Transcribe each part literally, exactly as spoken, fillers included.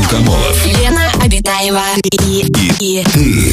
Абдулкамолов, Лена Обитаева и, и, и ты.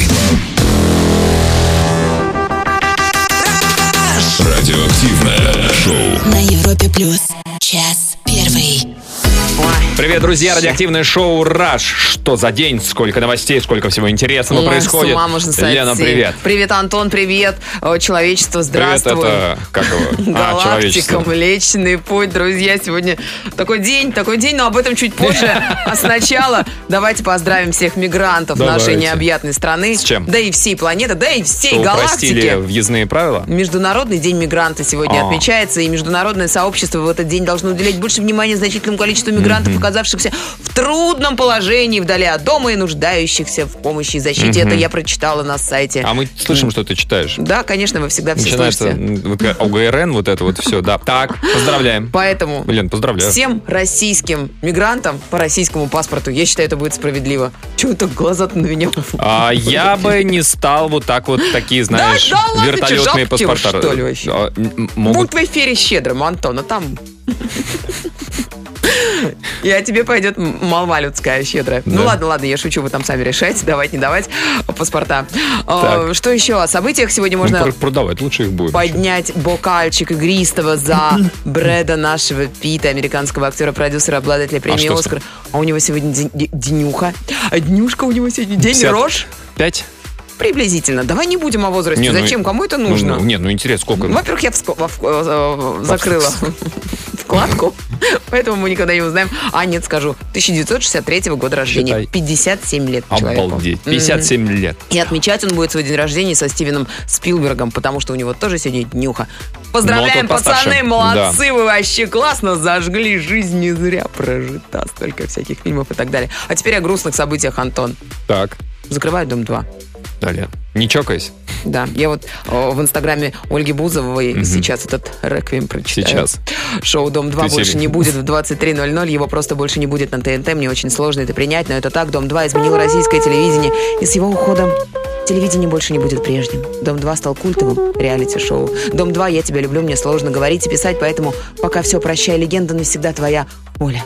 Радиоактивное шоу на Европе плюс. Час первый. Привет, друзья! Радиоактивное шоу «Раш». Что за день? Сколько новостей, сколько всего интересного Ой, происходит. С ума можно сойти. Лена, привет. Привет, Антон, привет. О, человечество, здравствуй. Привет, это как его? А, Галактика, Млечный Путь, друзья. Сегодня такой день, такой день, но об этом чуть позже. А сначала давайте поздравим всех мигрантов Давайте. нашей необъятной страны. С чем? Да и всей планеты, да и всей Что, галактики. упростили въездные правила? Международный день мигранта сегодня А. отмечается, и международное сообщество в этот день должно уделять больше внимания значительному количеству мигрантов, Мгм. оказавшихся в трудном положении вдали от дома и нуждающихся в помощи и защите. Мгм. Это я прочитала на сайте. А мы слышим, что ты читаешь. Да, конечно, вы всегда все Начинается слышите. ОГРН, вот это вот все. Да. Так, поздравляем. Поэтому Блин, поздравляю. всем российским мигрантам по российскому паспорту, я считаю, это будет справедливо. Чего вы так глаза-то на меня? А я бы не стал вот так вот такие, знаешь, да ладно, вертолетные ты что, паспорта. жалко, что ли, вообще? А, м- могут. Будь в эфире щедрым, Антон, а там... И о тебе пойдет молва людская щедрая. Да. Ну ладно, ладно, я шучу, вы там сами решайте, давать, не давать паспорта. А, Так. что еще? О событиях сегодня Ну, можно пр- продавать лучше их будет. поднять бокальчик игристого за Брэда нашего Питта, американского актера-продюсера, обладателя премии что с «Оскар». А у него сегодня день- де- денюха. А днюшка у него сегодня день пятьдесят рожь. Пять? Приблизительно. Давай не будем о возрасте. Не, ну, Зачем? Кому это Ну, нужно? ну, нет, ну интересно, сколько? Ну, во-первых, я вско- во- в- э, закрыла вкладку, поэтому мы никогда не узнаем. А нет, скажу, тысяча девятьсот шестьдесят третьего года рождения. Считай. пятьдесят семь лет человеку. Обалдеть. пятьдесят семь лет. И отмечать он будет свой день рождения со Стивеном Спилбергом, потому что у него тоже сегодня днюха. Поздравляем, Ну, а тот постарше. пацаны, молодцы, вы вообще классно зажгли, жизнь не зря прожита, столько всяких фильмов и так далее. А теперь о грустных событиях, Антон. Так, Закрывают «Дом два». далее. Не чокаясь. Да, я вот о, в инстаграме Ольги Бузовой сейчас этот реквием прочитаю. Сейчас. Шоу «Дом два» Ты больше серьезно? не будет в двадцать три ноль ноль, его просто больше не будет на ТНТ, мне очень сложно это принять, но это так, «Дом два» изменил российское телевидение, и с его уходом телевидение больше не будет прежним. «Дом два» стал культовым реалити-шоу. «Дом два», я тебя люблю, мне сложно говорить и писать, поэтому пока все, прощай, легенда, навсегда твоя Оля.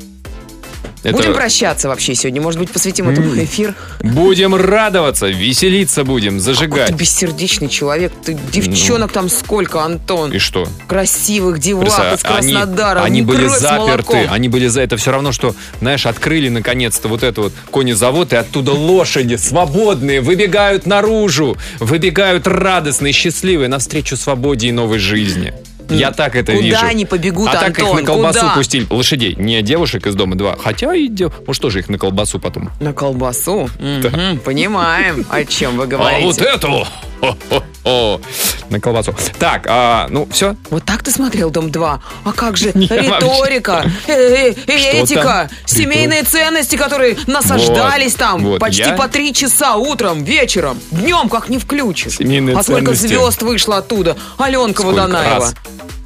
Это- Будем прощаться вообще сегодня, может быть, посвятим этому эфир. Будем радоваться, веселиться будем, Какой зажигать. ты бессердечный человек. Ты девчонок там сколько, Антон? И что? Красивых девах из Представь, они, Краснодара. они Не были кровь с заперты, молоком. они были за это все равно, что, знаешь, открыли наконец-то вот это вот конезавод, и оттуда лошади свободные выбегают наружу, выбегают радостные, счастливые навстречу свободе и новой жизни. Я так это Куда вижу. они побегут, а так их Антон, на колбасу куда? пустили. Лошадей, не девушек из «Дома два». Хотя и дев... Может, тоже их на колбасу потом. На колбасу? Мгм, понимаем, о чем вы говорите. А вот эту! Хо-хо-хо. На колбасу. Так, а, ну, все. Вот так ты смотрел «Дом два»? А как же Я риторика, э, э, э, Что этика, там? семейные ценности, которые насаждались Вот, там вот, почти я- по три часа утром, вечером, днем, как не включишь. Семейные а сколько ценности. звезд вышло оттуда? Аленка Сколько Водонаева. раз?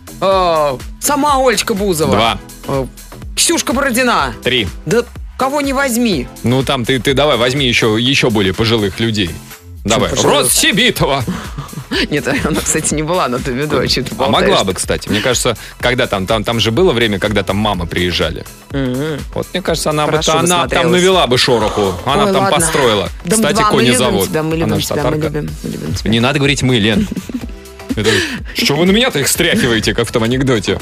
А, сама Олечка Бузова. Два. А, Ксюшка Бородина. Три. Да кого не возьми. Ну, там ты, ты давай возьми еще, еще более пожилых людей. Давай. пожилых? Род Сибитова. Нет, она, кстати, не была на том виду, а что ты А болтаешь? могла бы, кстати. Мне кажется, когда там, там, там же было время, когда там мамы приезжали. Мгм. Вот, мне кажется, она, бы, Хорошо бы она там смотрелась. навела бы шороху. Она Ой, там ладно. построила. Дом Кстати, два, мы любим конезавод. тебя, мы любим Она же тебя, мы татарка. любим, мы любим тебя. Не надо говорить «мы», Лен. Это, что вы на меня-то их стряхиваете, как в том анекдоте?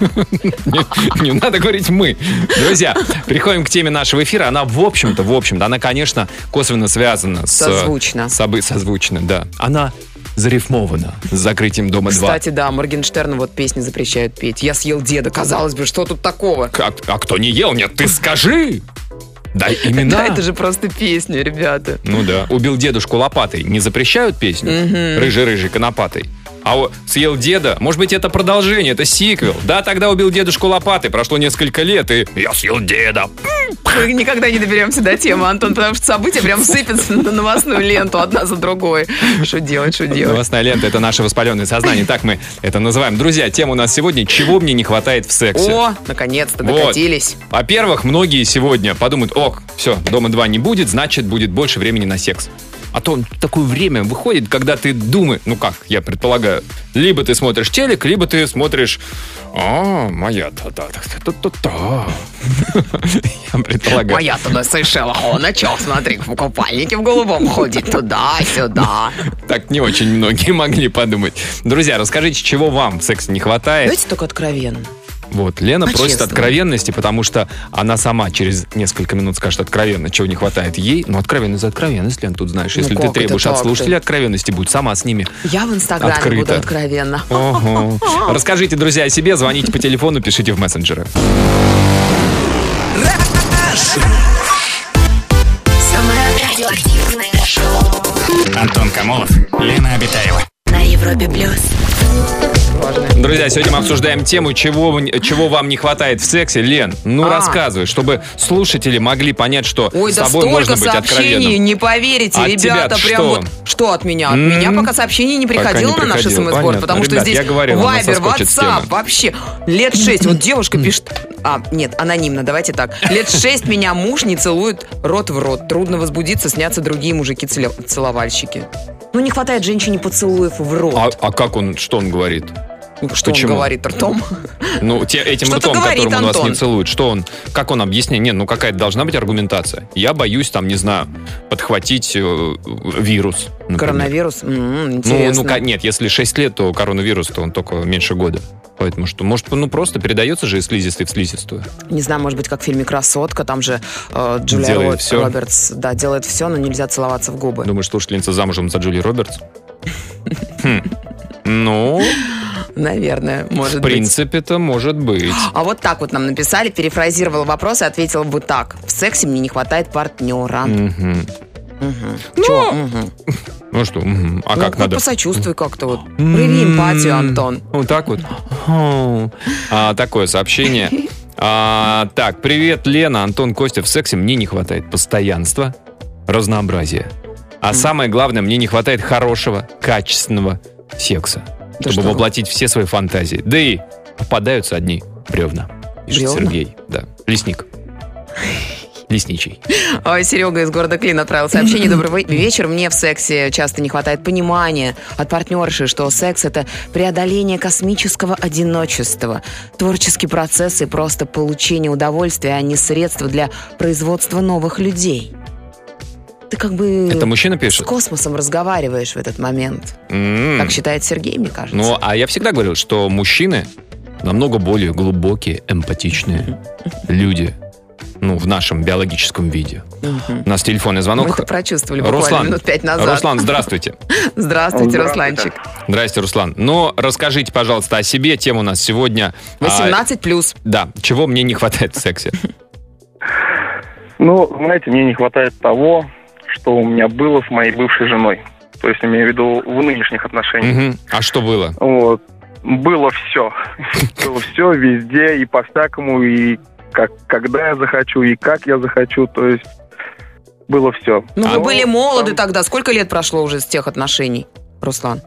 Не, не надо говорить «мы». Друзья, переходим к теме нашего эфира. Она, в общем-то, в общем-то, она, конечно, косвенно связана с... Созвучно. собы- созвучно, да. Она зарифмована с закрытием «Дома два». Кстати, да, Моргенштерну вот песни запрещают петь. «Я съел деда», казалось бы, что тут такого? Как? А кто не ел? Нет, ты скажи! Дай имена. Да, это же просто песня, ребята. Ну да. Убил дедушку лопатой. Не запрещают песню? Рыжий-рыжий конопатый. А вот съел деда, может быть, это продолжение, это сиквел. Да, тогда убил дедушку лопатой, прошло несколько лет, и я съел деда. Мы никогда не доберемся до темы, Антон, потому что события прям сыпятся на новостную ленту одна за другой. Что делать, что делать? Новостная лента — это наше воспаленное сознание, так мы это называем. Друзья, тема у нас сегодня «Чего мне не хватает в сексе?». О, наконец-то Вот. докатились. Во-первых, многие сегодня подумают: ок, все, «Дома два» не будет, значит, будет больше времени на секс. А то такое время выходит, когда ты думаешь, ну как, я предполагаю, либо ты смотришь телек, либо ты смотришь... А, моя та-та-та-та-та-та. Я предполагаю. Моя-то на Сейшелах, он а чё, смотри, в купальнике в голубом ходит туда-сюда. Так не очень многие могли подумать. Друзья, расскажите, чего вам в сексе не хватает? Давайте только откровенно. Вот, Лена По-честному. просит откровенности, потому что она сама через несколько минут скажет откровенно, чего не хватает ей. Ну, откровенность за откровенность, Лен, тут знаешь. Ну, Если как ты требуешь это от так-то? слушателей откровенности, будь сама с ними. Я в Инстаграме Открыто. буду откровенно. Ого. Расскажите, друзья, о себе, звоните по телефону, пишите в мессенджеры. Самое радиоактивное шоу Антон Камолов, Лена Обитаева. на Европе плюс. Друзья, сегодня мы обсуждаем тему, чего, чего вам не хватает в сексе. Лен, ну А. рассказывай, чтобы слушатели могли понять, что Ой, с да тобой столько можно быть сообщений, откровенным. не поверите, От ребята, тебя-то прям что? вот... Что от меня? От М-м. меня пока сообщений не Пока приходило не на наш приходило, смс-борд, понятно. потому что Ребят, здесь я говорил, она Вайбер, соскочит с WhatsApp, темы. вообще лет шесть. Вот девушка пишет... А, нет, анонимно, давайте так. Лет шесть меня муж не целует рот в рот. Трудно возбудиться, снятся другие мужики-целовальщики. Ну, не хватает женщине поцелуев в рот. А, а как он, что он говорит? Что почему? он говорит ртом? Ну, те, этим Что-то ртом, говорит которым он вас Антон. не целует, что он, как он объясняет? Не, ну какая-то должна быть аргументация. Я боюсь, там, не знаю, подхватить э, вирус, например. Коронавирус? М, Ну, интересно. ну, ка- нет, если шесть лет, то коронавирус, то он только меньше года. Поэтому что, может, ну просто передается же из слизистой в слизистую. Не знаю, может быть, как в фильме «Красотка», там же э, Джулия Делает Ро- всё. Робертс, да, делает все, но нельзя целоваться в губы. Думаешь, слушательница замужем за Джули Робертс? Хм. Ну, Наверное, может в быть. принципе-то может быть. А вот так вот нам написали, перефразировала вопрос и ответила бы так. В сексе мне не хватает партнера. Мгм. Угу. Чё? Мгм. Ну что, мгм. а Ну, как хоть надо? посочувствуй как-то вот. Прояви эмпатию, Антон. Вот так вот. А, такое сообщение. А, так, привет, Лена, Антон, Костя. В сексе мне не хватает постоянства, разнообразия. А самое главное, мне не хватает хорошего, качественного секса, Да чтобы что? воплотить все свои фантазии. Да и попадаются одни бревна. Пишет Бревна? Сергей. Да. Лесник. Лесничий. Ой, Серега из города Клин отправил сообщение. Добрый вечер. Мне в сексе часто не хватает понимания от партнерши, что секс — это преодоление космического одиночества, творческий процесс и просто получение удовольствия, а не средство для производства новых людей. Ты как бы Это мужчина с пишет? космосом разговариваешь в этот момент. М. Так считает Сергей, мне кажется. Ну, а я всегда говорил, что мужчины намного более глубокие, эмпатичные люди. Ну, в нашем биологическом виде. У нас телефонный Мы звонок. это прочувствовали буквально Руслан, минут пять назад. Руслан, здравствуйте. Здравствуйте, Здравствуйте. Русланчик. Здрасте, Руслан. Ну, расскажите, пожалуйста, о себе. Тема у нас сегодня... а, восемнадцать плюс. да, чего мне не хватает в сексе? Ну, знаете, мне не хватает того, что у меня было с моей бывшей женой. То есть, имею в виду в нынешних отношениях. Мгм. А что было? Вот. Было все. Было все везде и по-всякому, и как, когда я захочу, и как я захочу. То есть, было все. Ну, А- вы были молоды тогда. Сколько лет прошло уже с тех отношений, Руслан?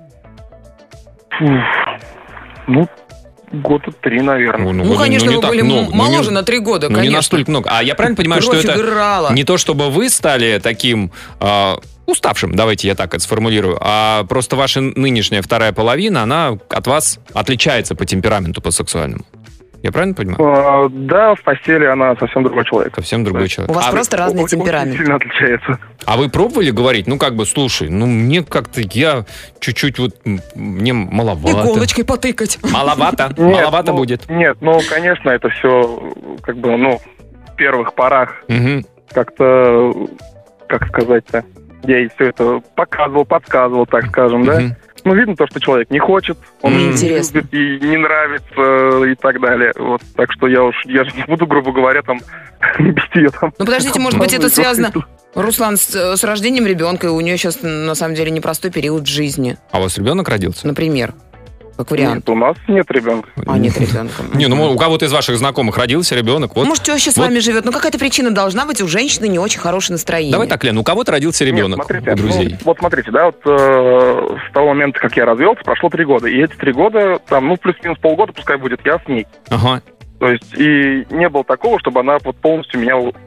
Ну, года три, наверное. Ну, Ну, года, конечно, не вы так были много. м- Ну, не- моложе на три года, Ну, конечно. не настолько много. А я правильно понимаю, Кровь что это играла. не то, чтобы вы стали таким а, уставшим, давайте я так это сформулирую, а просто ваша нынешняя вторая половина, она от вас отличается по темпераменту, по сексуальному. Я правильно понимаю? А, да, в постели она совсем другой человек. Совсем другой человек. У вас а, просто вы, разный Очень- очень темперамент. сильно отличается. а вы пробовали говорить, ну как бы, слушай, ну мне как-то, я чуть-чуть вот, м, мне маловато. Иголочкой потыкать. Маловато, Нет, маловато ну, будет. Нет, ну, конечно, это все, как бы, ну, в первых порах Мгм. как-то, как сказать-то, я ей все это показывал, подсказывал, так скажем, да. Мгм. Ну, видно то, что человек не хочет, он М. не Интересно. любит и не нравится и так далее. Вот, так что я уж, я же не буду, грубо говоря, там, бести ее там. Ну, подождите, может быть, это Пробовать, связано, вот. Руслан, с, с рождением ребенка, и у нее сейчас, на самом деле, непростой период в жизни. А у вас ребенок родился? Например, как вариант. Нет, у нас нет ребенка. А, нет ребенка. Не, ну у кого-то из ваших знакомых родился ребенок, вот. Может, теща с вот. вами живет. Ну, какая-то причина должна быть, у женщины не очень хорошее настроение. Давай так, Лен, у кого-то родился Нет, ребенок смотрите, у друзей. ну, вот смотрите, да, вот э, с того момента, как я развелся, прошло три года. И эти три года, там, ну, плюс-минус полгода, пускай будет, я с ней. Ага. То есть, и не было такого, чтобы она вот полностью меня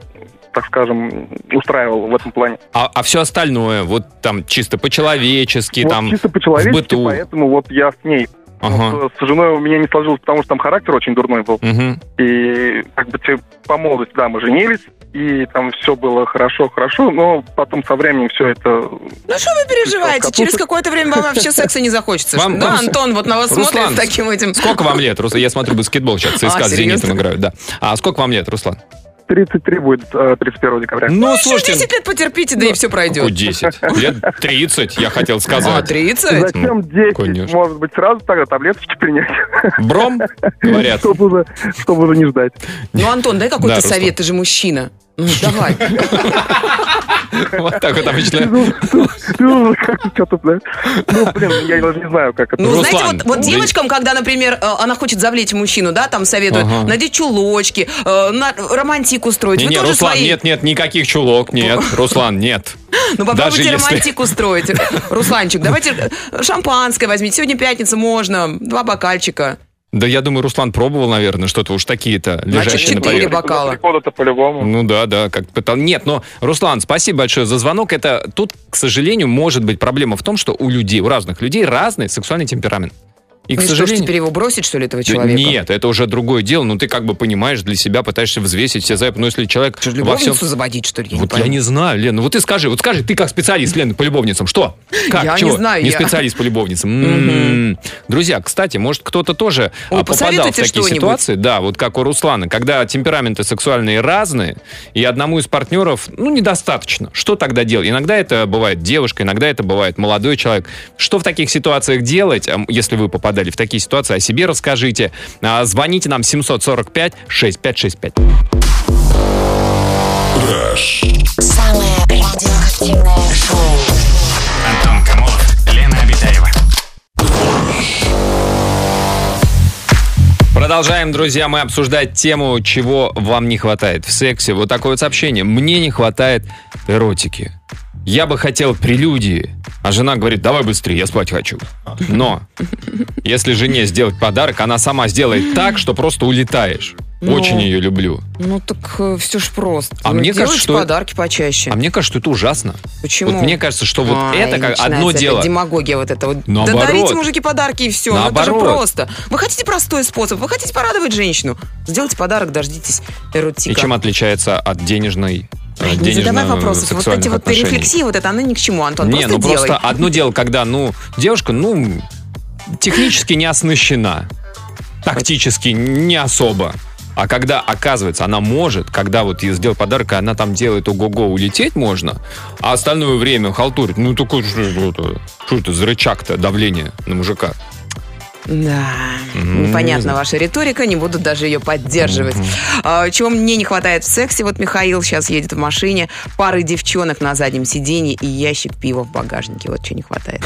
так скажем, устраивал в этом плане. А, а все остальное, вот там чисто по-человечески, Вот там чисто в по-человечески, быту. поэтому вот я с ней. Ага. Вот, с женой у меня не сложилось, потому что там характер очень дурной был. Угу. И как бы те- по молодости, да, мы женились, и там все было хорошо-хорошо, но потом со временем все это... Ну что вы переживаете? Капуста. Через какое-то время вам вообще секса не захочется. Вам- да, вам- Антон вот на вас Руслан, смотрит с таким этим... Сколько вам лет, Руслан? Я смотрю баскетбол сейчас, ЦСКА А, с «Зенитом» серьезно? играют, да. А сколько вам лет, Руслан? тридцать три будет э, тридцать первого декабря. Ну, Еще десять лет потерпите, да и все какой пройдет. десять? Лет тридцать, я хотел А, сказать. тридцать? Зачем десять? Конечно. Может быть, сразу тогда таблеточки принять, Бром, говорят. чтобы уже, чтобы уже не ждать. Ну, Антон, дай какой-то Да, Руслан. совет, ты же мужчина. Ну, давай. Вот так вот обычно. Ты уже как-то что-то, да? Ну, блин, я даже не знаю, как это. Ну, знаете, Руслан, вот, вот вы- девочкам, когда, например, э, она хочет завлечь мужчину, да, там советуют Ага. надеть чулочки, э, на- романтику строить. Не, Вы не, тоже Руслан, свои... нет, нет, никаких чулок, нет. Руслан, нет. Ну, попробуйте Даже если- романтику строить. Русланчик, давайте шампанское возьмите. Сегодня пятница, можно. Два бокальчика. Да я думаю, Руслан пробовал, наверное, что-то уж такие-то, Значит, лежащие на четыре поверхности. бокала. Три года-то по-любому. Ну да, да, как пытал. Нет, но, Руслан, спасибо большое за звонок. Это тут, к сожалению, может быть проблема в том, что у людей, у разных людей разный сексуальный темперамент. И, к Вы что ж, сожалению... теперь его бросить, что ли, этого Да человека? Нет, это уже другое дело. Ну, ты как бы понимаешь для себя, пытаешься взвесить все за. Но если человек Что ж, во всем... любовницу заводить, что ли? Я не Вот я пойму. не знаю, Лен, ну вот ты скажи, вот скажи, ты как специалист, Лен, по любовницам, что? Как, Я не чего? знаю, Не я- специалист по любовницам. М-м-м. Друзья, кстати, может, кто-то тоже О, а, попадал в посоветуйте такие что-нибудь. ситуации, да, вот как у Руслана, когда темпераменты сексуальные разные, и одному из партнеров, ну, недостаточно. Что тогда делать? Иногда это бывает девушка, иногда это бывает молодой человек. Что в таких ситуациях делать, а, если вы попадали в такие ситуации, о себе расскажите. А, Звоните нам семьсот сорок пять шестьдесят пять шестьдесят пять. Самое радиоактивное шоу. Антон Камолов, Лена Обитаева. Продолжаем, друзья, мы обсуждать тему, чего вам не хватает в сексе. Вот такое вот сообщение. Мне не хватает эротики. Я бы хотел прелюдии. А жена говорит, давай быстрее, я спать хочу. Но если жене сделать подарок, она сама сделает так, что просто улетаешь. Ну. Очень ее люблю. Ну, так все ж просто. А мне Делайте кажется, что- подарки почаще. А мне кажется, что это ужасно. Почему? Вот мне кажется, что вот А, это и как начинается одно эта дело. демагогия вот это вот. Да Наоборот. дарите, мужики, подарки и все. Ну, это же Наоборот. просто. Вы хотите простой способ, вы хотите порадовать женщину. Сделайте подарок, дождитесь эротика. И чем отличается от денежной Ой, не задавай вопросов. Вот денежно-сексуальных эти вот отношений? рефлексии, вот это, она ни к чему, Антон. Не, просто ну делай. просто одно дело, когда, ну, девушка, ну, технически не оснащена, тактически не особо. А когда, оказывается, она может, когда вот ей сделал подарок, и она там делает ого-го, улететь можно, а остальное время халтурит. Ну, такой, что это, что это за рычаг-то давления на мужика? Да, М, не непонятна знаю. ваша риторика, не буду даже ее поддерживать. А, чего мне не хватает в сексе? Вот Михаил сейчас едет в машине, пары девчонок на заднем сиденье и ящик пива в багажнике. Вот что не хватает.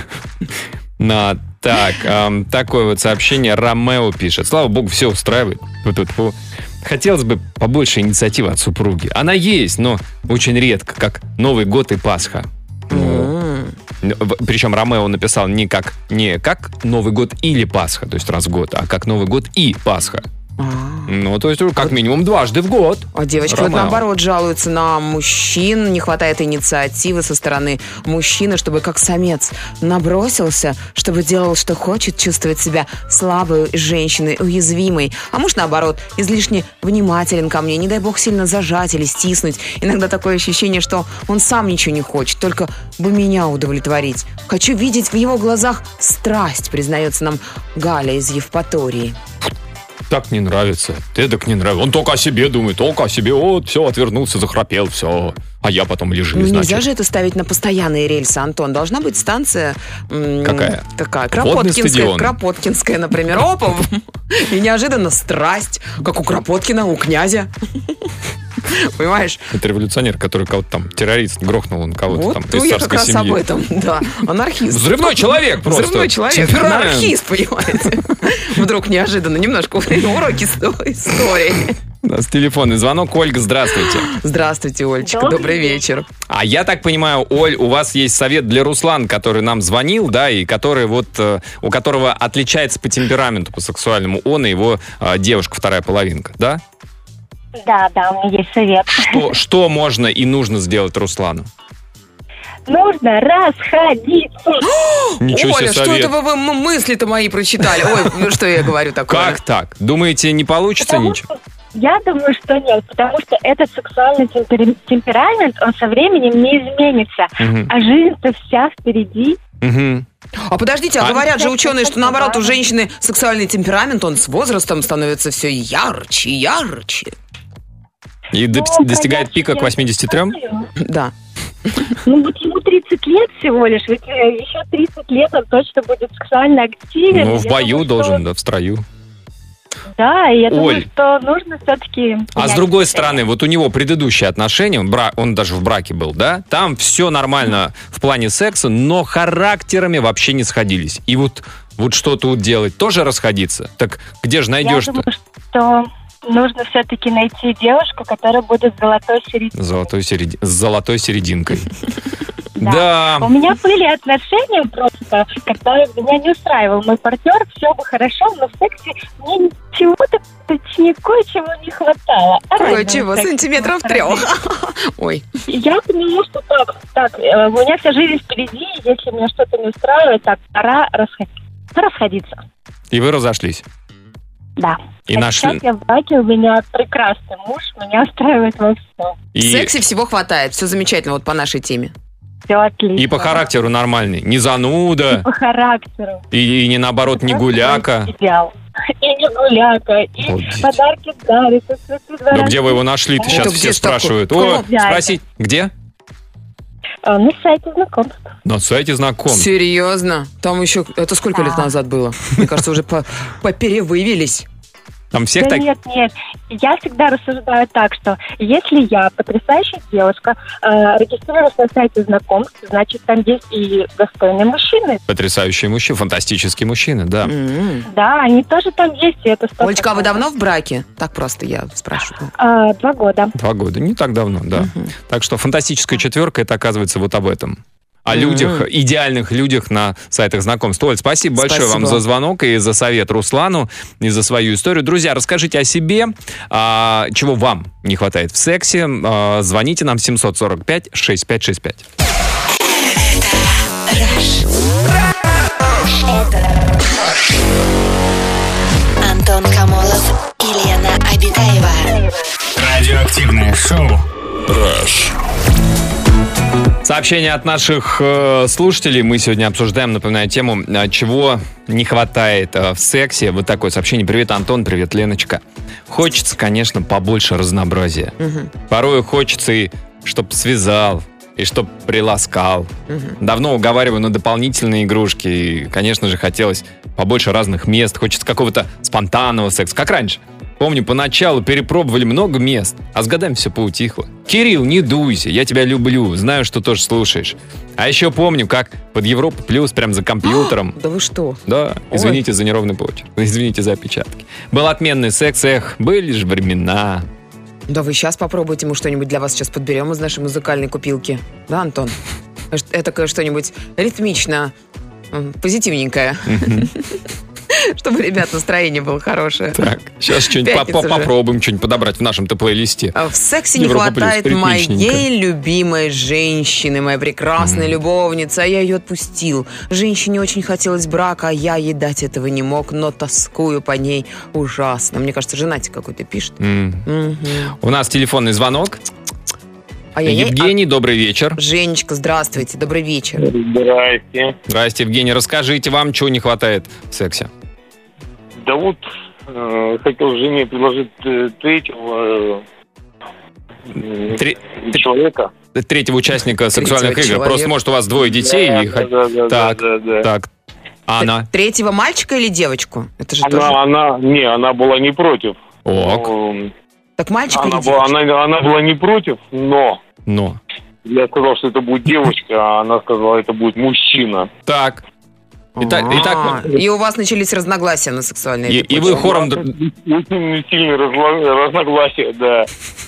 На, так, эм, такое вот сообщение Ромео пишет. Слава богу, все устраивает. Фу-фу-фу. Хотелось бы побольше инициативы от супруги. Она есть, но очень редко, как Новый год и Пасха. М. В- Причем Ромео написал не как, не как Новый год или Пасха, то есть раз в год, а как Новый год и Пасха. А. Ну, то есть как минимум дважды в год. А девочки вот Ромео. наоборот жалуются на мужчин, не хватает инициативы со стороны мужчины, чтобы как самец набросился, чтобы делал, что хочет, чувствовать себя слабой женщиной, уязвимой. А муж, наоборот, излишне внимателен ко мне, не дай бог сильно зажать или стиснуть. Иногда такое ощущение, что он сам ничего не хочет, только бы меня удовлетворить. Хочу видеть в его глазах страсть, признается нам Галя из Евпатории. Так не нравится. Ты так не нравится. Он только о себе думает, только о себе. Вот, все, отвернулся, захрапел, все. А я потом лежу, Ну, значит. нельзя же это ставить на постоянные рельсы, Антон. Должна быть станция... м, Какая? Такая, Водный Кропоткинская, стадион. Кропоткинская, например. Опа! И неожиданно страсть, как у Кропоткина, у князя. Понимаешь? Это революционер, который кого-то там, террорист, грохнул он кого-то Вот там ну, из я как царской раз семьи. об этом, да. Анархист. Взрывной человек просто. Взрывной человек, Темперамент. анархист, понимаете? Вдруг неожиданно, немножко уроки истории. У нас телефонный звонок. Ольга, здравствуйте. Здравствуйте, Олечка, добрый вечер. А я так понимаю, Оль, у вас есть совет для Руслана, который нам звонил, да, и который вот, э, у которого отличается по темпераменту, по сексуальному он и его э, девушка, вторая половинка, да? Да, да, у меня есть совет. Что, что можно и нужно сделать Руслану? Нужно расходиться. Ничего себе Оля, что совет. это вы, вы м- мысли-то мои прочитали? Ой, ну что я говорю такое? Как так? Думаете, не получится Потому ничего? что- Я думаю, что нет, потому что этот сексуальный темпер- темперамент, он со временем не изменится. Мгм. А жизнь-то вся впереди. Мгм. А подождите, а, А- говорят же ученые, что наоборот у Да. женщины сексуальный темперамент, он с возрастом становится все ярче и ярче. И до- Ну, достигает конечно, пика к я восьмидесяти трём? знаю. Да. Ну вот ему тридцать лет всего лишь, ведь э, еще тридцать лет он точно будет сексуально активен. Ну, в Я бою думаю, должен, что- да, в строю. Да, и я Оль. думаю, что нужно все-таки... А с другой стороны, вот у него предыдущие отношения, бра- он даже в браке был, да, там все нормально в плане секса, но характерами вообще не сходились. И вот, вот что тут делать? Тоже расходиться? Так где же Я найдешь-то? думаю, что нужно все-таки найти девушку, которая будет золотой серединой. Золотой середи- С золотой серединкой. Да. У Да. меня были отношения просто, когда меня не устраивал мой партнер, все бы хорошо, но в сексе мне чего-то, точнее, кое-чего не хватало. Кое-чего, Орального секса, сантиметров с моей трех. стороны. Ой. И Я поняла, что так, так, э, у меня вся жизнь впереди, если меня что-то не устраивает, так, пора расходиться. расходиться. И вы разошлись. Да. И а нашли- сейчас я в браке, у меня прекрасный муж, меня устраивает во всем. В И, сексе всего хватает, все замечательно вот по нашей теме. Все отлично. и по характеру нормальный. Не зануда, По характеру. и, и не наоборот, не Просто гуляка. идеал. И не гуляка, и Обалдеть. подарки дарит, и цветы два Ну раза. где вы его нашли-то? Это Сейчас где все ж такое? спрашивают. Кого О, взяли? спросить, где? А, На сайте знакомств. На сайте знаком. Серьезно? Там еще... Это сколько лет Да. назад было? Мне кажется, уже по- поперевывелись. Там всех Да так... нет, нет. Я всегда рассуждаю так, что если я, потрясающая девушка, э, регистрируюсь на сайте знакомств, значит, там есть и достойные мужчины. Потрясающие мужчины, фантастические мужчины, да. М. Да, они тоже там есть, и это сто Олечка, а вы процентов. давно в браке? Так просто я спрашиваю. А, Два года. Два года, не так давно, да. Так что фантастическая четверка, это оказывается вот об этом. О Мгм. людях, идеальных людях на сайтах знакомств. Оль, спасибо большое Спасибо. вам за звонок и за совет Руслану, и за свою историю. Друзья, расскажите о себе, а, чего вам не хватает в сексе. А, звоните нам семьсот сорок пять шестьдесят пять шестьдесят пять. Антон Камолов и Лена Обитаева. Радиоактивное шоу. Rush. Сообщение от наших э, слушателей. Мы сегодня обсуждаем, напоминаю, тему, э, чего не хватает э, в сексе. Вот такое сообщение. Привет, Антон, привет, Леночка. Хочется, конечно, побольше разнообразия. Порой хочется и чтоб связал, и чтоб приласкал. Давно уговариваю на дополнительные игрушки. И, конечно же, хотелось побольше разных мест. Хочется какого-то спонтанного секса, как раньше. Помню, поначалу перепробовали много мест, а с годами все поутихло. Кирилл, не дуйся, я тебя люблю, знаю, что тоже слушаешь. А еще помню, как под Европу Плюс, прям за компьютером. Да вы что? Да, извините за неровный почерк, извините за опечатки. Был отменный секс, эх, были же времена. Да вы сейчас попробуйте, мы что-нибудь для вас сейчас подберем из нашей музыкальной купилки. Да, Антон? Это что-нибудь ритмично, м, позитивненькое. Чтобы, ребят, настроение было хорошее. Так, сейчас что-нибудь по- Пятница по- же. попробуем что-нибудь подобрать в нашем-то плейлисте. А В сексе не Европа плюс, хватает ритмичненько. моей любимой женщины, моей прекрасной любовницы, а я ее отпустил. Женщине очень хотелось брака, а я ей дать этого не мог, но тоскую по ней ужасно. Мне кажется, женатик какой-то пишет. М. Мгм. У нас телефонный звонок. Ай-яй-яй. Евгений, добрый вечер. А, Женечка, здравствуйте, добрый вечер. Здрасте. Здрасте, Евгений, расскажите, вам чего не хватает в сексе? Да вот, э, хотел жене предложить э, третьего э, Три- человека. Третьего участника сексуальных игр. человека. Просто, может, у вас двое детей. Да, и да, хот- да, да, так, да, да. так. А она? Третьего мальчика или девочку? Это же тоже... Она, она, не, она была не против. Ок, Эм, Так мальчик Она или была, девочка? она, она была не против, но но. я сказал, что это будет девочка, а она сказала, это будет мужчина. Так. Итак, А, итак, И у вас начались разногласия на сексуальной и, этой и вы почве. хором... Очень сильные разла- разногласия, да.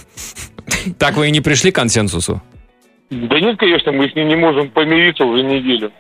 Так вы и не пришли к консенсусу? Да нет, конечно, мы с ней не можем помириться уже неделю.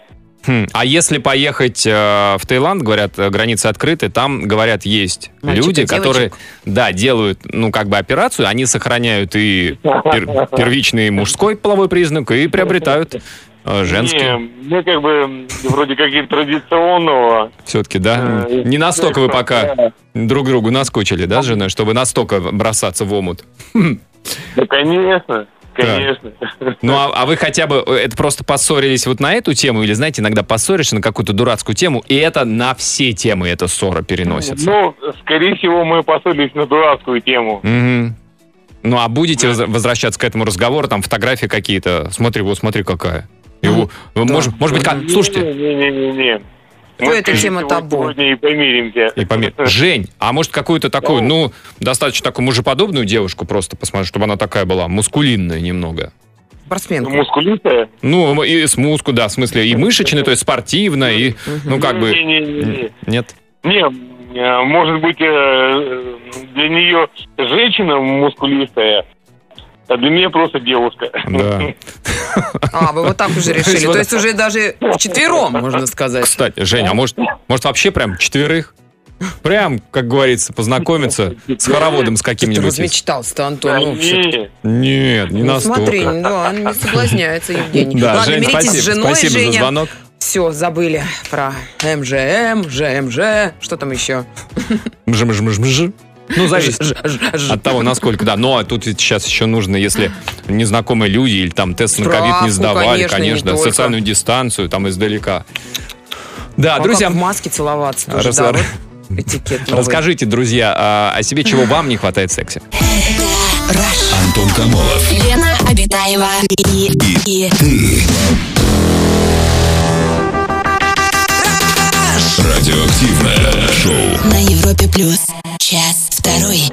Хм, а если поехать э, в Таиланд, говорят, границы открыты, там, говорят, есть Мальчик люди, и девочек. которые, да, делают, ну, как бы операцию, они сохраняют и пер- первичный мужской половой признак, и приобретают э, женский. Не, мы как бы вроде как и традиционного. Все-таки, да? Э, Не настолько вы пока да. друг другу наскучили, да, с женой, чтобы настолько бросаться в омут? Да, конечно, конечно. Ну, а, а вы хотя бы, это просто поссорились вот на эту тему, или, знаете, иногда поссоришься на какую-то дурацкую тему, и это на все темы эта ссора переносится? Ну, скорее всего, мы поссорились на дурацкую тему. Мгм. Ну, а будете воз- возвращаться к этому разговору, там фотографии какие-то, смотри, вот смотри какая. Его, может, может быть, как, слушайте, Не-не-не-не. Ну, эта тема табу. Сегодня и помиримся. и помер- Жень, а может какую-то такую, ну, достаточно такую мужеподобную девушку просто посмотреть, чтобы она такая была, мускулинная немного. Спортсменка. Мускулистая? Ну, и с муску, да, в смысле, и мышечная, то есть спортивная, и, ну, как бы... Не-не-не. Нет? Не, э, может быть, э, для нее женщина мускулистая, а для меня просто девушка. Да. А, вы вот так уже решили. То есть уже даже вчетвером, можно сказать. Кстати, Жень, а может, может вообще прям четверых? Прям, как говорится, познакомиться с хороводом с Ты каким-нибудь. из- размечтался-то, Да Антон. Ну, всё-таки. не, Нет, не Ну, настолько. смотри, да, не соблазняется Евгений. Да, Ладно, Жень, миритесь спасибо, с женой, спасибо за Женя. звонок. Все, забыли про эм жэ эм, жэ эм жэ, что там еще? Мж-мж-мж-мж. Ну, зависит Ж- ж- ж- от того, насколько, да. Но тут ведь сейчас еще нужно, если незнакомые люди или там тест на ковид Справку, не сдавали, конечно, конечно, не только. социальную дистанцию там издалека. Да, А друзья, как в маске целоваться тоже, Раз- да, вот этикет новый. расскажите, друзья, а, о себе, чего вам не хватает в сексе. Антон Камолов. Лена Обитаева и, и, Радиоактивное шоу. на Европе плюс. Час второй.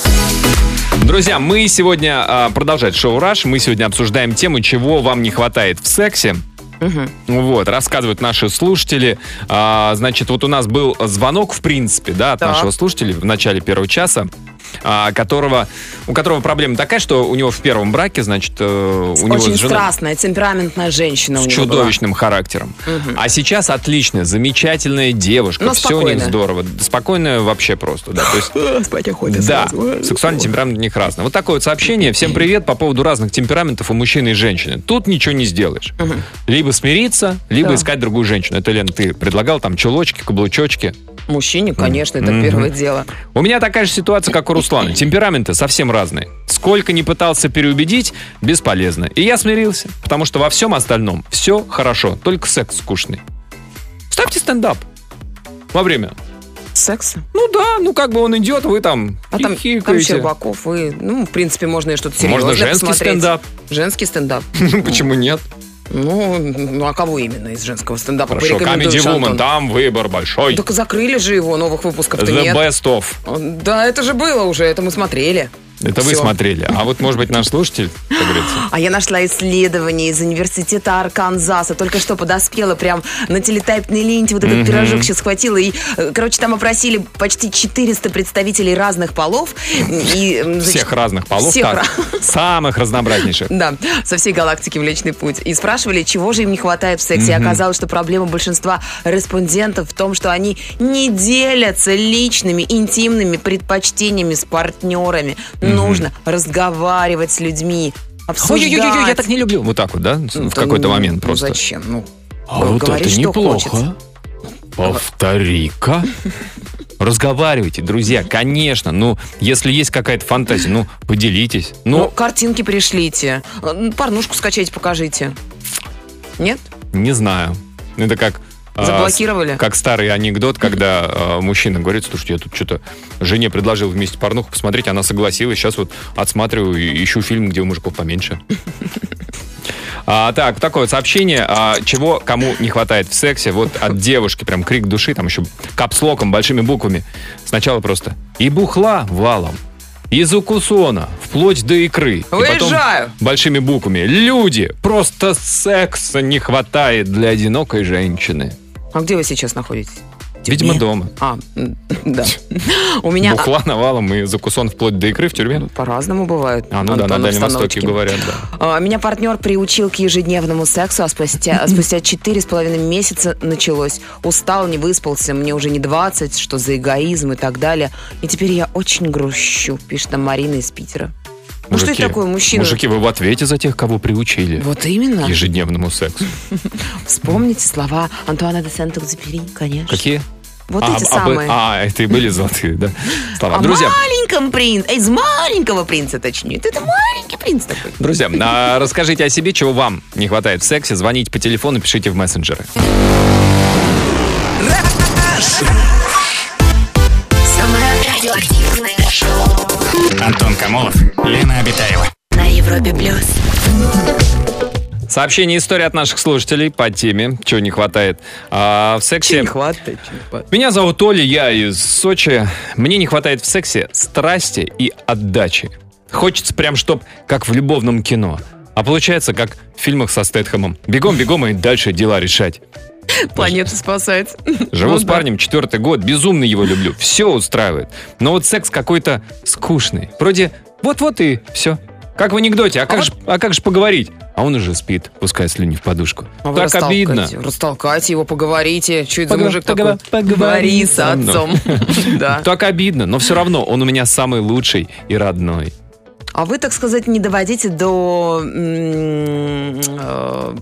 Друзья, мы сегодня а, продолжать шоу «Раш». Мы сегодня обсуждаем тему, чего вам не хватает в сексе. Вот, рассказывают наши слушатели. А, значит, вот у нас был звонок, в принципе, да, от Так. нашего слушателя в начале первого часа, а, которого, у которого проблема такая, что у него в первом браке, значит, э, у него Очень с женой страстная, темпераментная женщина у с него была. чудовищным характером. А сейчас отличная, замечательная девушка. Но все у них спокойная. здорово. Спокойная вообще просто, да. То есть Спать охота да, сразу. сексуальный темперамент у них разный. Вот такое вот сообщение. Всем привет по поводу разных темпераментов у мужчины и женщины. Тут ничего не сделаешь. Либо смириться, либо Да. искать другую женщину. Это, Лен, ты предлагал там чулочки, каблучочки. Мужчине, конечно, это Мгм. первое дело. У меня такая же ситуация, как у Руслана. Темпераменты совсем разные. Сколько ни пытался переубедить, бесполезно. И я смирился, потому что во всем остальном все хорошо, только секс скучный. Ставьте стендап во время. Секса. Ну да, ну как бы он идет, вы там А там, там хихикаете. Щербаков, и, ну, в принципе, можно и что-то серьезное Можно женский посмотреть. стендап. Женский стендап. Почему нет? Ну, ну, а кого именно из женского стендапа Хорошо, порекомендуешь, Comedy Woman, Антон? там выбор большой. Так закрыли же его, новых выпусков-то The нет. best of. Да, это же было уже, это мы смотрели. Это вы Всё. смотрели. А вот, может быть, наш слушатель, как говорится. А я нашла исследование из университета Арканзаса. Только что подоспела прям на телетайпной ленте. Вот этот пирожок сейчас схватила. И, э, короче, там опросили почти четыреста представителей разных полов. И, м, значит, Всех разных полов. всех так, ra- самых разнообразнейших. Да, со всей галактики в Млечный Путь. И спрашивали, чего же им не хватает в сексе. И оказалось, что проблема большинства респондентов в том, что они не делятся личными, интимными предпочтениями с партнерами. Нужно разговаривать с людьми, обсуждать. Ой-ой-ой, я так не люблю. Вот так вот, да? Ну, В какой-то ну, момент ну, просто. Зачем? Ну, А г- вот говори, это что неплохо. хочется. Повтори-ка. Разговаривайте, друзья, конечно. Ну, если есть какая-то фантазия, ну, поделитесь. Ну, Ну, картинки пришлите. Э, Порнушку скачайте, покажите. Нет? не знаю. Это как... а, Заблокировали? с- Как старый анекдот, когда а, мужчина говорит, слушайте, я тут что-то жене предложил вместе порнуху посмотреть, она согласилась, сейчас вот отсматриваю и ищу фильм, где у мужиков поменьше. А, так, такое вот сообщение, а, чего кому не хватает в сексе, вот от девушки, прям крик души, там еще капслоком, большими буквами. Сначала просто «и бухла валом», «из укусона», вплоть до икры. И потом Уезжаю. большими буквами «люди, просто секса не хватает для одинокой женщины». А где вы сейчас находитесь? Видимо, дома. А, да. У меня... Бухла навалом и закусон вплоть до икры в тюрьме. По-разному бывает. А, ну да, на Дальнем Востоке говорят, да. Меня партнер приучил к ежедневному сексу, а спустя, спустя четыре с половиной месяца началось. Устал, не выспался, мне уже не двадцать, что за эгоизм и так далее. И теперь я очень грущу, пишет нам Марина из Питера. Ну что это такое, мужчина? Мужики, вы в ответе за тех, кого приучили. Вот именно. К ежедневному сексу. Вспомните слова Антуана де Сент-Экзюпери, конечно. Какие? Вот а, эти а, самые. А, это и были золотые, да, слова. О Друзья, маленьком принце, из маленького принца, точнее. Это маленький принц такой. Друзья, а, расскажите о себе, чего вам не хватает в сексе. Звоните по телефону, пишите в мессенджеры. Самое радиоактивное шоу Антон Камолов, Лена Обитаева. на Европе плюс. Сообщение, история от наших слушателей по теме, чего не хватает а, в сексе. Чего не хватает, чего не хватает. Меня зовут Оля, я из Сочи. Мне не хватает в сексе страсти и отдачи. Хочется прям, чтоб как в любовном кино. А получается, как в фильмах со Стэтхэмом. Бегом-бегом и дальше дела решать. Планету спасать. Живу Ну с да. парнем четвертый год, безумно его люблю. Все устраивает. Но вот секс какой-то скучный. Вроде вот-вот и все. Как в анекдоте. А как, А же, а как же поговорить? А он уже спит, пуская слюни в подушку. А вы Так растолкайте, обидно. Растолкайте его, поговорите. Что это за Пога- мужик пога- такой? поговори с со мной. отцом. Да. Так обидно, но все равно он у меня самый лучший и родной. А вы, так сказать, не доводите до м, э,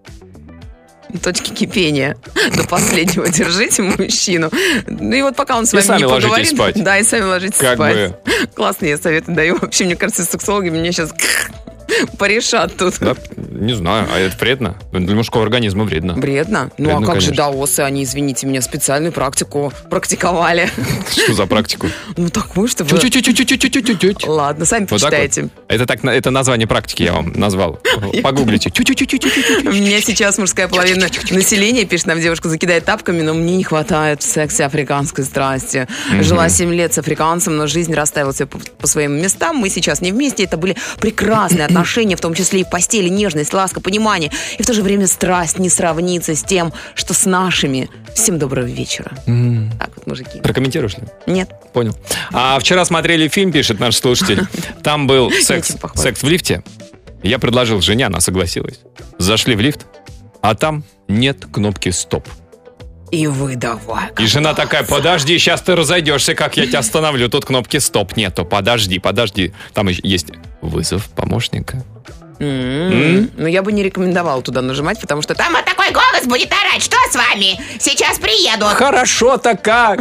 точки кипения, до последнего. Держите мужчину. Ну и вот пока он с И вами сами не ложитесь поговорит... спать. Да, и сами ложитесь Как спать. бы. Классные советы даю. Вообще, мне кажется, сексологи меня сейчас порешат тут. Да, не знаю, а это вредно? Для мужского организма вредно. Бредно. Ну Вредно, а как же конечно. даосы, они, извините меня, специальную практику практиковали. Что за практику? Ну такую, чтобы... Тю-тю-тю-тю-тю-тю-тю-тю. Ладно, сами Вот так почитайте. вот. Это так, это название практики я вам назвал. Погуглите. Тю-тю-тю-тю-тю-тю. У меня сейчас мужская половина населения, пишет нам девушка, закидает тапками, но мне не хватает в сексе африканской страсти. Жила семь лет с африканцем, но жизнь расставила все по, по своим местам. Мы сейчас не вместе. Это были прекрасные отношения, в том числе и в постели, нежность, ласка, понимание. И в то же время страсть не сравнится с тем, что с нашими. Всем доброго вечера. Так вот, мужики. Прокомментируешь ли? Нет. Понял. А вчера смотрели фильм, пишет наш слушатель. Там был секс, Нечем похвалить. секс в лифте. Я предложил жене, она согласилась. Зашли в лифт, а там нет кнопки «Стоп». И вы давай. И жена такая: подожди, сейчас ты разойдешься, как я тебя остановлю. Тут кнопки «Стоп» нету. Подожди, подожди. Там еще есть вызов помощника. М-м-м. Ну, я бы не рекомендовала туда нажимать, потому что там вот такой голос будет орать. Что с вами? Сейчас приеду. Хорошо-то как?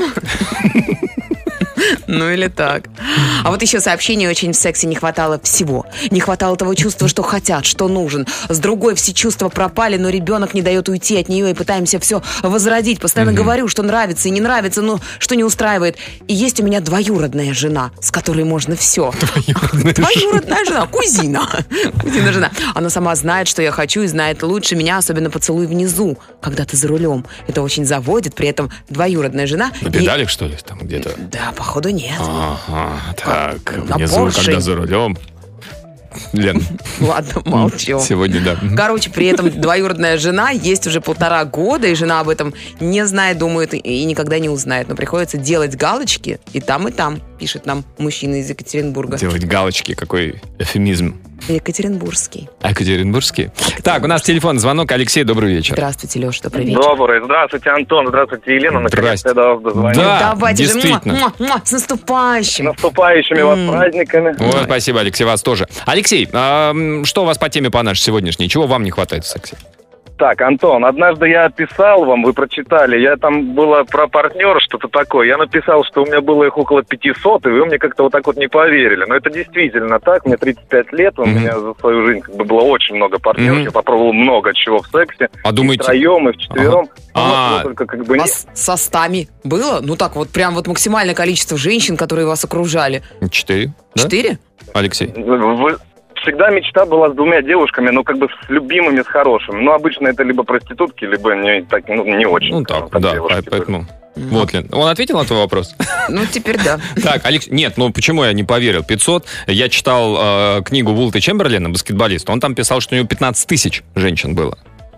Ну или так. А вот еще сообщение: очень в сексе не хватало всего. Не хватало того чувства, что хотят, что нужен. С другой все чувства пропали, но ребенок не дает уйти от нее, и пытаемся все возродить. Постоянно говорю, что нравится и не нравится, но что не устраивает. И есть у меня двоюродная жена, с которой можно все. Двоюродная жена, кузина. Кузина жена. Она сама знает, что я хочу, и знает лучше меня, особенно поцелуй внизу, когда ты за рулем. Это очень заводит, при этом двоюродная жена. На и- педалях, что ли, там где-то? Да, походу нет. Ага, так, На внизу, Порше. когда за рулем. Лен, Ладно, молчу. сегодня, да. Короче, при этом двоюродная жена есть уже полтора года, и жена об этом не знает, думает и никогда не узнает. Но приходится делать галочки и там, и там, пишет нам мужчина из Екатеринбурга. Делать галочки, какой эвфемизм. Екатеринбургский. Екатеринбургский. Так, у нас телефон, звонок. Алексей, добрый вечер. Здравствуйте, Леша, добрый вечер. Добрый. Здравствуйте, Антон. Здравствуйте, Елена. Наконец-то я до вас дозвонился. Да, Давайте же, действительно. муа, муа, муа, с наступающим. Наступающими вас праздниками. Ой, спасибо, Алексей, вас тоже. Алексей, а, м, что у вас по теме по нашей сегодняшней? Чего вам не хватает в сексе? Так, Антон, однажды я писал вам, вы прочитали, я там было про партнера что-то такое, я написал, что у меня было их около пятисот, и вы мне как-то вот так вот не поверили. Но это действительно так, мне тридцать пять лет, у Мгм. меня за свою жизнь как бы было очень много партнеров, Мгм. я попробовал много чего в сексе, А и думаете... втроем, и вчетвером. Ага. Вот, А. вот только как бы А не- с- со стами было? Ну так вот, прям вот максимальное количество женщин, которые вас окружали. Четыре, да? Четыре? Алексей? Вы- Всегда мечта была с двумя девушками, ну, как бы с любимыми, с хорошими. Ну, обычно это либо проститутки, либо не, так, ну, не очень. Ну так, Там да, девушки по- были. поэтому... Вот, Лен, он ответил на твой вопрос? Ну, теперь да. Так, Алекс, нет, ну почему я не поверил? пятьсот. Я читал э, книгу Уолта Чемберлена, баскетболиста. Он там писал, что у него пятнадцать тысяч женщин было.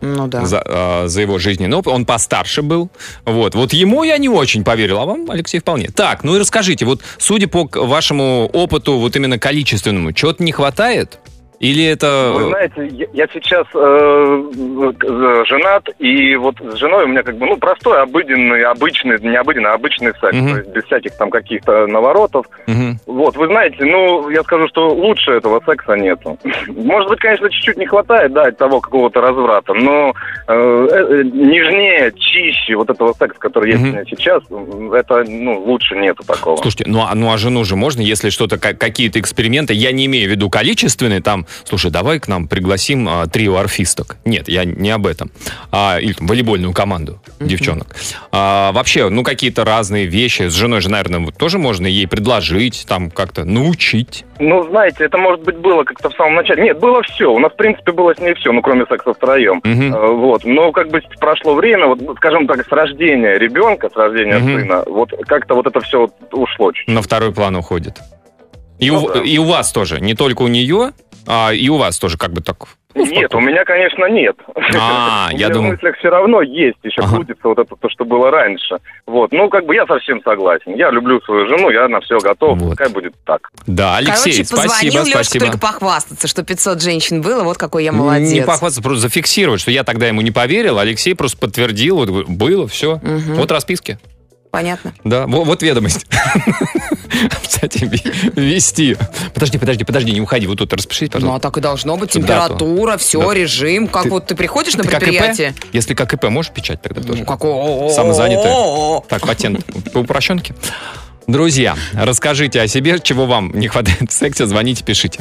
Ну да. за, э, за его жизненный опыт. Он постарше был. Вот. вот ему я не очень поверил, а вам, Алексей, вполне. Так, ну и расскажите, вот судя по вашему опыту, вот именно количественному, чего-то не хватает? Или это... Вы знаете, я, я сейчас э, женат, и вот с женой у меня как бы, ну, простой, обыденный, обычный, не обыденный, а обычный секс, Мгм. то есть без всяких там каких-то наворотов. Мгм. Вот, вы знаете, ну, я скажу, что лучше этого секса нету. Может быть, конечно, чуть-чуть не хватает, да, от того какого-то разврата, но э, э, нежнее, чище вот этого секса, который есть Мгм. у меня сейчас, это, ну, лучше нету такого. Слушайте, ну а, ну а жену же можно, если что-то, ка- какие-то эксперименты, я не имею в виду количественные, там, слушай, давай к нам пригласим а, трио орфисток. Нет, я не об этом. А, или там, волейбольную команду девчонок. А, вообще, ну какие-то разные вещи. С женой же, наверное, вот тоже можно ей предложить, там как-то научить. Ну, знаете, это, может быть, было как-то в самом начале. Нет, было все. У нас, в принципе, было с ней все, ну, кроме секса втроем. Мгм. Э, Вот. Но, как бы, прошло время, вот, скажем так, с рождения ребенка, с рождения Мгм. сына, вот как-то вот это все вот ушло чуть. На второй план уходит. И, Ну у, да. и у вас тоже, не только у нее, а и у вас тоже как бы так. ну, Нет, у спокойно. меня, конечно, нет. А, У я меня в думал- мыслях все равно есть, еще Ага. крутится вот это то, что было раньше. Вот. Ну, как бы я совсем согласен. Я люблю свою жену, я на все готов. Вот. Пускай будет так. Да, Алексей, Короче, спасибо, позвонил Лешка спасибо. только похвастаться, что пятьсот женщин было, вот какой я Не молодец. похвастаться, просто зафиксировать, что я тогда ему не поверил, Алексей просто подтвердил, вот, говорю, было, все. Мгм. Вот расписки. Понятно. Да, вот, вот ведомость. Кстати, ви- вести. Подожди, подожди, подожди, не уходи, вот тут распишись, Ну, а пожалуйста. так и должно быть. Дату. Температура, все, Да. режим. Как Ты- вот ты приходишь на Ты как предприятие. ИП? Если как ИП, можешь печать тогда тоже? Ну, какой... Самозанятая. Так, патент по упрощенке. Друзья, расскажите о себе, чего вам не хватает в сексе, звоните, пишите.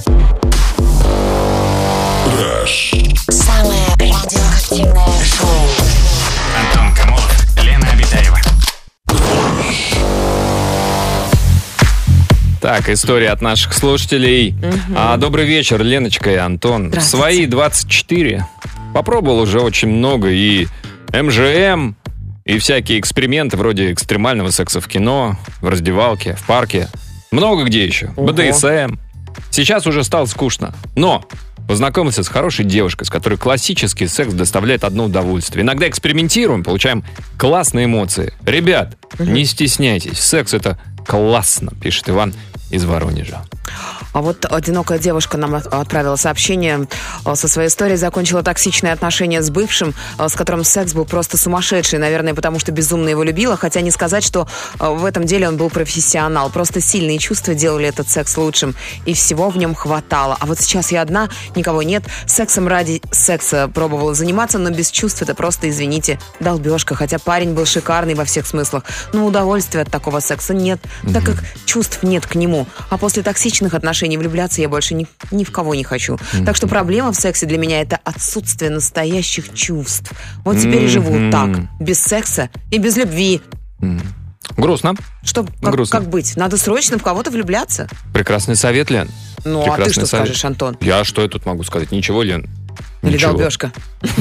Самое радиоактивное шоу. Антон Камолов, Лена Обитаева. Так, история от наших слушателей. А, добрый вечер, Леночка и Антон. В Здравствуйте. свои двадцать четыре попробовал уже очень много и эм жэ эм, и всякие эксперименты вроде экстремального секса в кино, в раздевалке, в парке. Много где еще. Ого. бэ дэ эс эм. Сейчас уже стало скучно. Но познакомился с хорошей девушкой, с которой классический секс доставляет одно удовольствие. Иногда экспериментируем, получаем классные эмоции. Ребят, не стесняйтесь, секс это классно, пишет Иван из Воронежа. А вот одинокая девушка нам от- отправила сообщение э, со своей историей. Закончила токсичные отношения с бывшим, э, с которым секс был просто сумасшедший. Наверное, потому что безумно его любила. Хотя не сказать, что э, в этом деле он был профессионал. Просто сильные чувства делали этот секс лучшим. И всего в нем хватало. А вот сейчас я одна, никого нет. Сексом ради секса пробовала заниматься, но без чувств это просто, извините, долбежка. Хотя парень был шикарный во всех смыслах. Но удовольствия от такого секса нет, так как чувств нет к нему. А после токсичных отношений влюбляться я больше ни, ни в кого не хочу. Так что проблема в сексе для меня это отсутствие настоящих чувств. Вот теперь и живу Мгм. так, без секса и без любви. Грустно. Что, как, Грустно. как быть? Надо срочно в кого-то влюбляться? Прекрасный совет, Лен. Ну, а ты Прекрасный что совет. скажешь, Антон? Я что я тут могу сказать? Ничего, Лен. Или Ничего. долбежка?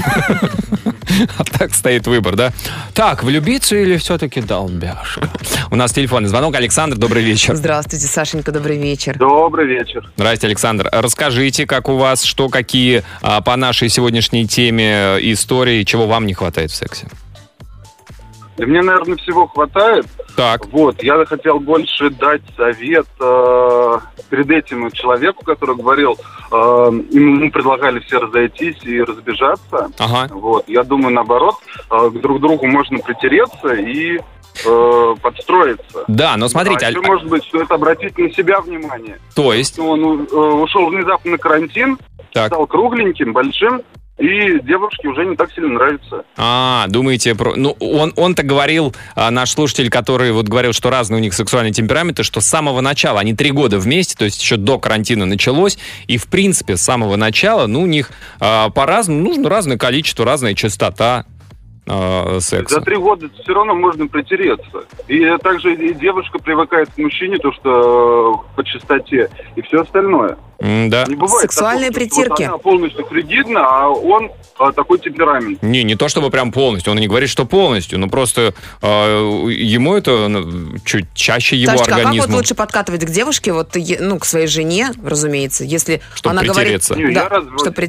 А так стоит выбор, да? Так, влюбиться или все-таки долбяшка? У нас телефонный звонок. Александр, добрый вечер. Здравствуйте, Сашенька, добрый вечер. Добрый вечер. Здравствуйте, Александр. Расскажите, как у вас, что, какие а, по нашей сегодняшней теме истории, чего вам не хватает в сексе? Да мне, наверное, всего хватает. Так, Вот, я хотел больше дать совет э, перед этим человеку, который говорил, э, ему предлагали все разойтись и разбежаться. ага. Вот, я думаю, наоборот, э, к друг другу можно притереться и э, подстроиться. Да, но смотрите, а Аль- еще, может быть, стоит обратить на себя внимание. то есть, Он э, ушел внезапно на карантин, так, стал кругленьким, большим, и девушке уже не так сильно нравится. а, думаете про... Ну, он, он-то говорил, а, наш слушатель, который вот говорил, что разные у них сексуальные темпераменты, что с самого начала, они три года вместе, то есть еще до карантина началось, и, в принципе, с самого начала, ну, у них а, по-разному, нужно разное количество, разная частота а, секса. За три года все равно можно притереться. И также и девушка привыкает к мужчине, то что э, по чистоте, и все остальное. М-да. Не бывает Сексуальные такого, что притирки. вот она полностью фригидна, а он э, такой темперамент. Не, не то чтобы прям полностью, он и не говорит, что полностью, но просто э, ему это ну, чуть чаще его Сашечка, а как организму. вот лучше подкатывать к девушке, вот, е- ну, к своей жене, разумеется, если Чтоб она притереться. говорит... Не, Да, я разве- что прити-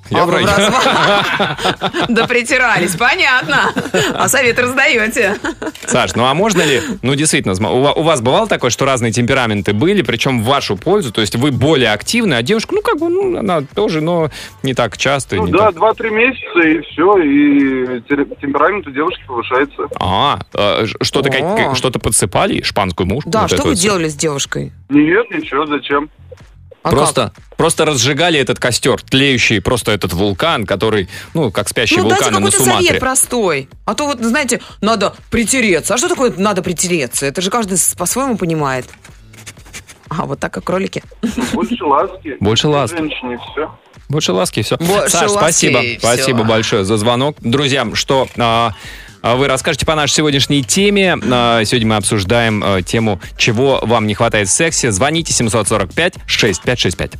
Я А вы врач. в развод? Да притирались, понятно. А совет раздаете. Саш, ну а можно ли, ну действительно, см- у ва- у вас бывало такое, что разные темпераменты были, причем в вашу пользу, то есть вы более активны, а девушка, ну как бы, ну она тоже, но не так часто. Ну не да, так- два-три месяца и все, и те- темперамент у девушки повышается. А, э, ж- что-то, как- О. как- что-то подсыпали, шпанскую мушку? Да, вот что это вы вот всё? делали с девушкой? Нет, ничего, зачем? А Просто, просто разжигали этот костер, тлеющий, просто этот вулкан, который, ну, как спящий Ну, дайте вулкан на какой-то Суматре. совет простой. А то вот, знаете, надо притереться. А что такое надо притереться? Это же каждый с- по-своему понимает. А, вот так, как кролики. Больше ласки. Больше ласки. Женщине все. Больше ласки, и все. Больше Саш, ласки, спасибо. и Спасибо всё. большое за звонок. Друзья, что а, а, вы расскажете по нашей сегодняшней теме. А, сегодня мы обсуждаем а, тему, чего вам не хватает в сексе. Звоните семь сорок пять шесть пять шесть пять.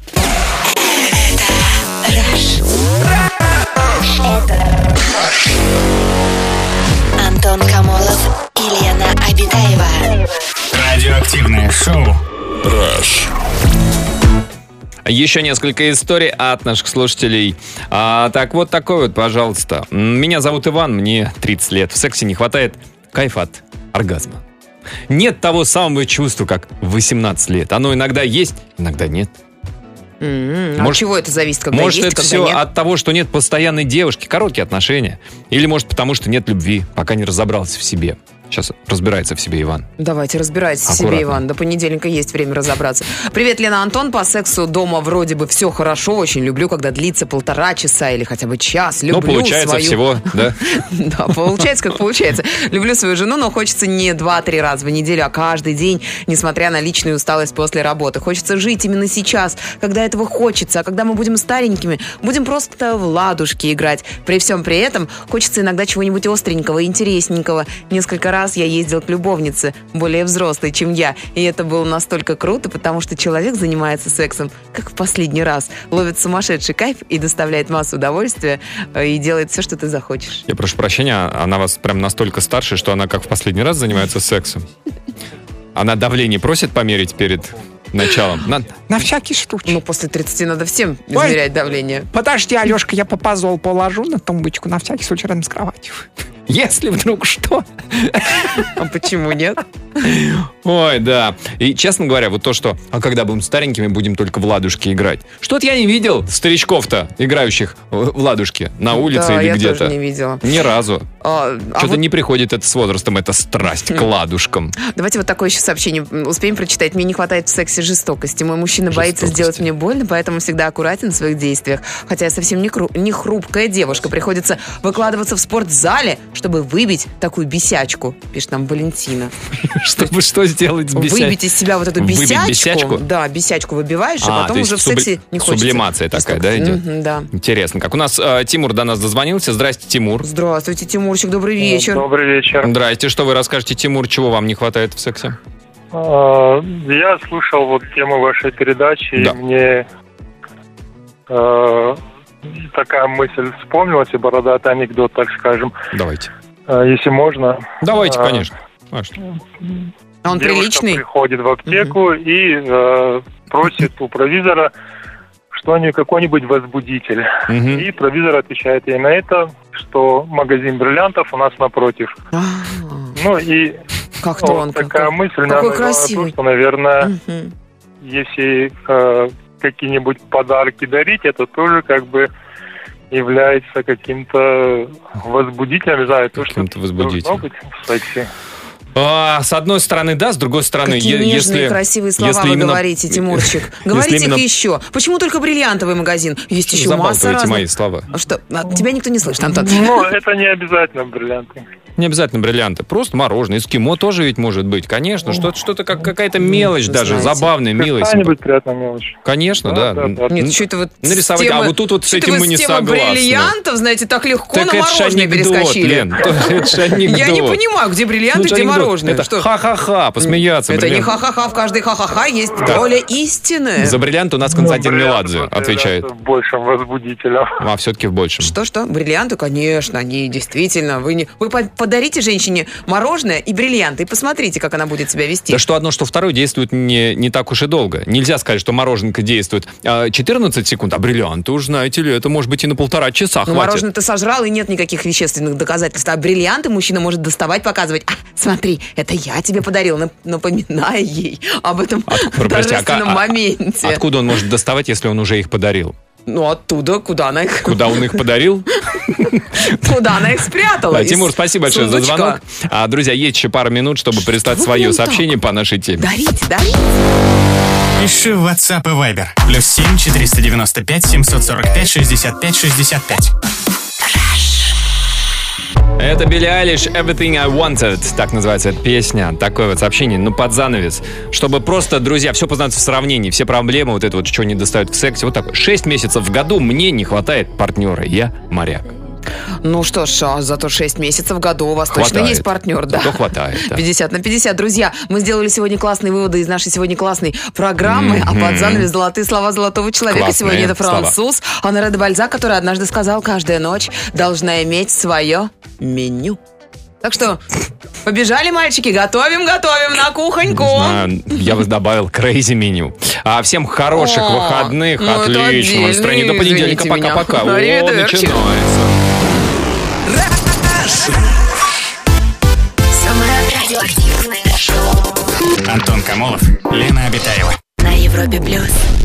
Антон Камолов и Лена Обитаева. Радиоактивное шоу. Еще несколько историй от наших слушателей. А, так вот, такой вот, пожалуйста. Меня зовут Иван, мне тридцать лет. В сексе не хватает кайфа от оргазма. Нет того самого чувства, как в восемнадцать лет. Оно иногда есть, иногда нет. М-м, Может- от чего это зависит, когда Может, есть, это когда все нет? от того, что нет постоянной девушки, короткие отношения. Или, может, потому что нет любви, пока не разобрался в себе. Сейчас разбирается в себе Иван. Давайте, разбирайтесь в Аккуратно. себе, Иван. До понедельника есть время разобраться. Привет, Лена, Антон. По сексу дома вроде бы все хорошо. Очень люблю, когда длится полтора часа или хотя бы час. Ну, Люблю получается свою... всего, да? Да, получается, как получается. Люблю свою жену, но хочется не два-три раза в неделю, а каждый день, несмотря на личную усталость после работы. Хочется жить именно сейчас, когда этого хочется. А когда мы будем старенькими, будем просто в ладушки играть. При всем при этом хочется иногда чего-нибудь остренького, интересненького. Несколько раз я ездил к любовнице, более взрослой, чем я. И это было настолько круто, потому что человек занимается сексом, как в последний раз. Ловит сумасшедший кайф и доставляет массу удовольствия, э, и делает все, что ты захочешь. Я прошу прощения, она вас прям настолько старше, что она как в последний раз занимается сексом. Она давление просит померить перед началом? На, на всякий случай. Ну, после тридцати надо всем Ой. измерять давление. Подожди, Алешка, я попозол положу на тумбочку на всякий случай рядом с кроватью. Если вдруг что. А почему нет? Ой, да. И, честно говоря, вот то, что, а когда будем старенькими, будем только в ладушки играть. Что-то я не видел старичков-то, играющих в в ладушки на улице Да, или я где-то. тоже не видела. Ни разу. А, а Что-то вот не приходит это с возрастом, эта страсть к ладушкам. давайте вот такое еще сообщение успеем прочитать. Мне не хватает в сексе жестокости. Мой мужчина боится Жестокости. сделать мне больно, поэтому всегда аккуратен в своих действиях. Хотя я совсем не, кру- не хрупкая девушка. Приходится выкладываться в спортзале, чтобы выбить такую бесячку, пишет нам Валентина. Чтобы что сделать с бесячкой? Выбить из себя вот эту Выбить бесячку. бесячку? Да, бесячку выбиваешь, А, а потом то есть уже в субли- сексе не хочется. сублимация такая, да, идет? Мгм, да. Интересно, как у нас э, Тимур до нас дозвонился. Здрасте, Тимур. Здравствуйте, Тимурчик, добрый вечер. Добрый вечер. Здрасте, что вы расскажете, Тимур, чего вам не хватает в сексе? А, Я слушал вот тему вашей передачи, Да. и мне э, такая мысль вспомнилась, и бородатый анекдот, так скажем, Давайте. Э, если можно. Давайте, А, конечно. Конечно. А он Девушка приличный? приходит в аптеку и э, просит у провизора что-нибудь, какой-нибудь возбудитель. Мгм. И провизор отвечает ей на это, что магазин бриллиантов у нас напротив. А, Ну и Как вот тонко. такая как- мысль, какой наверное, на то, красивый. что, наверное, Мгм. если э, какие-нибудь подарки дарить, это тоже как бы является каким-то возбудителем, не знаю, то, что Каким-то возбудителем. должно быть в сексе. А, с одной стороны, да, с другой стороны, Какие е- нежные, если... красивые слова если вы именно- говорите, Тимурчик. если Говорите их именно- еще. Почему только бриллиантовый магазин? Есть еще масса Забалтывайте разных. мои слова. А что? А тебя никто не слышит, Антон. Ну, это не обязательно бриллианты. Не обязательно бриллианты, просто мороженое. Эскимо тоже ведь может быть, конечно. Что-то, что-то как какая-то мелочь Вы даже, знаете. забавная, милая. Какая-нибудь приятная мелочь. Конечно, да. Да, да, да. Нет, что это вот с Нарисовать, а темы- вот тут вот с что-то этим вы мы не с темы согласны. бриллиантов, знаете, так легко Так на это ж мороженое анекдот, перескочили. Лен. Это ж анекдот. Я не понимаю, где бриллианты, Ну, это где анекдот. мороженое. Это Что? ха-ха-ха, посмеяться. Это не бриллиант. ха-ха-ха, в каждой ха-ха-ха есть Да. доля истины. За бриллиант у нас Константин Ну, Меладзе бриллианты отвечает. являются большим возбудителем. А все-таки в большем. Что-что? Бриллианты, конечно, они действительно. Вы, не... вы по- подарите женщине мороженое и бриллианты, и посмотрите, как она будет себя вести. Да что одно, что второе действует не, не так уж и долго. Нельзя сказать, что мороженка действует а, четырнадцать секунд, а бриллианты уж, знаете ли, это может быть и на полтора часа Ну, хватит. мороженое ты сожрал, и нет никаких вещественных доказательств. А бриллианты мужчина может доставать, показывать. А, смотри, это я тебе подарил, нап- напоминая ей об этом Про- прости, а ка- торжественном а- моменте. Откуда он может доставать, если он уже их подарил? Ну, оттуда, куда она их, Куда он их подарил? куда она их спрятала. Да, из Тимур, спасибо большое за сундучка. звонок. А, друзья, есть еще пару минут, чтобы прислать вы свое прям так? сообщение по нашей теме. Дарите, дарите. Пиши в WhatsApp и Viber. Плюс семь четыреста девяносто пять семьсот сорок пять шестьдесят пять шестьдесят пять. Это Билли Айлиш, Everything I Wanted, так называется эта песня. Такое вот сообщение, ну, под занавес. Чтобы просто, друзья, все познать в сравнении, все проблемы, вот это вот, что не достают в сексе. Вот так. Шесть месяцев в году мне не хватает партнера. Я моряк. Ну что ж, а зато шесть месяцев в году у вас точно Хватает. есть партнер, да? Зато хватает, да. пятьдесят на пятьдесят. Друзья, мы сделали сегодня классные выводы из нашей сегодня классной программы, а под занавес золотые слова золотого человека. Классные Сегодня это слова. француз Анаре де Бальзак, который однажды сказал: каждая ночь должна иметь свое меню. Так что, побежали, мальчики, готовим, готовим на кухоньку. Знаю, я бы добавил crazy меню. А всем хороших О, выходных, ну это отличного настроения. До отдельно, понедельника, извините меня. пока-пока. О, Аривидерчи. начинается. Самое радиоактивное шоу Антон Камолов, Лена Обитаева. на Европе плюс.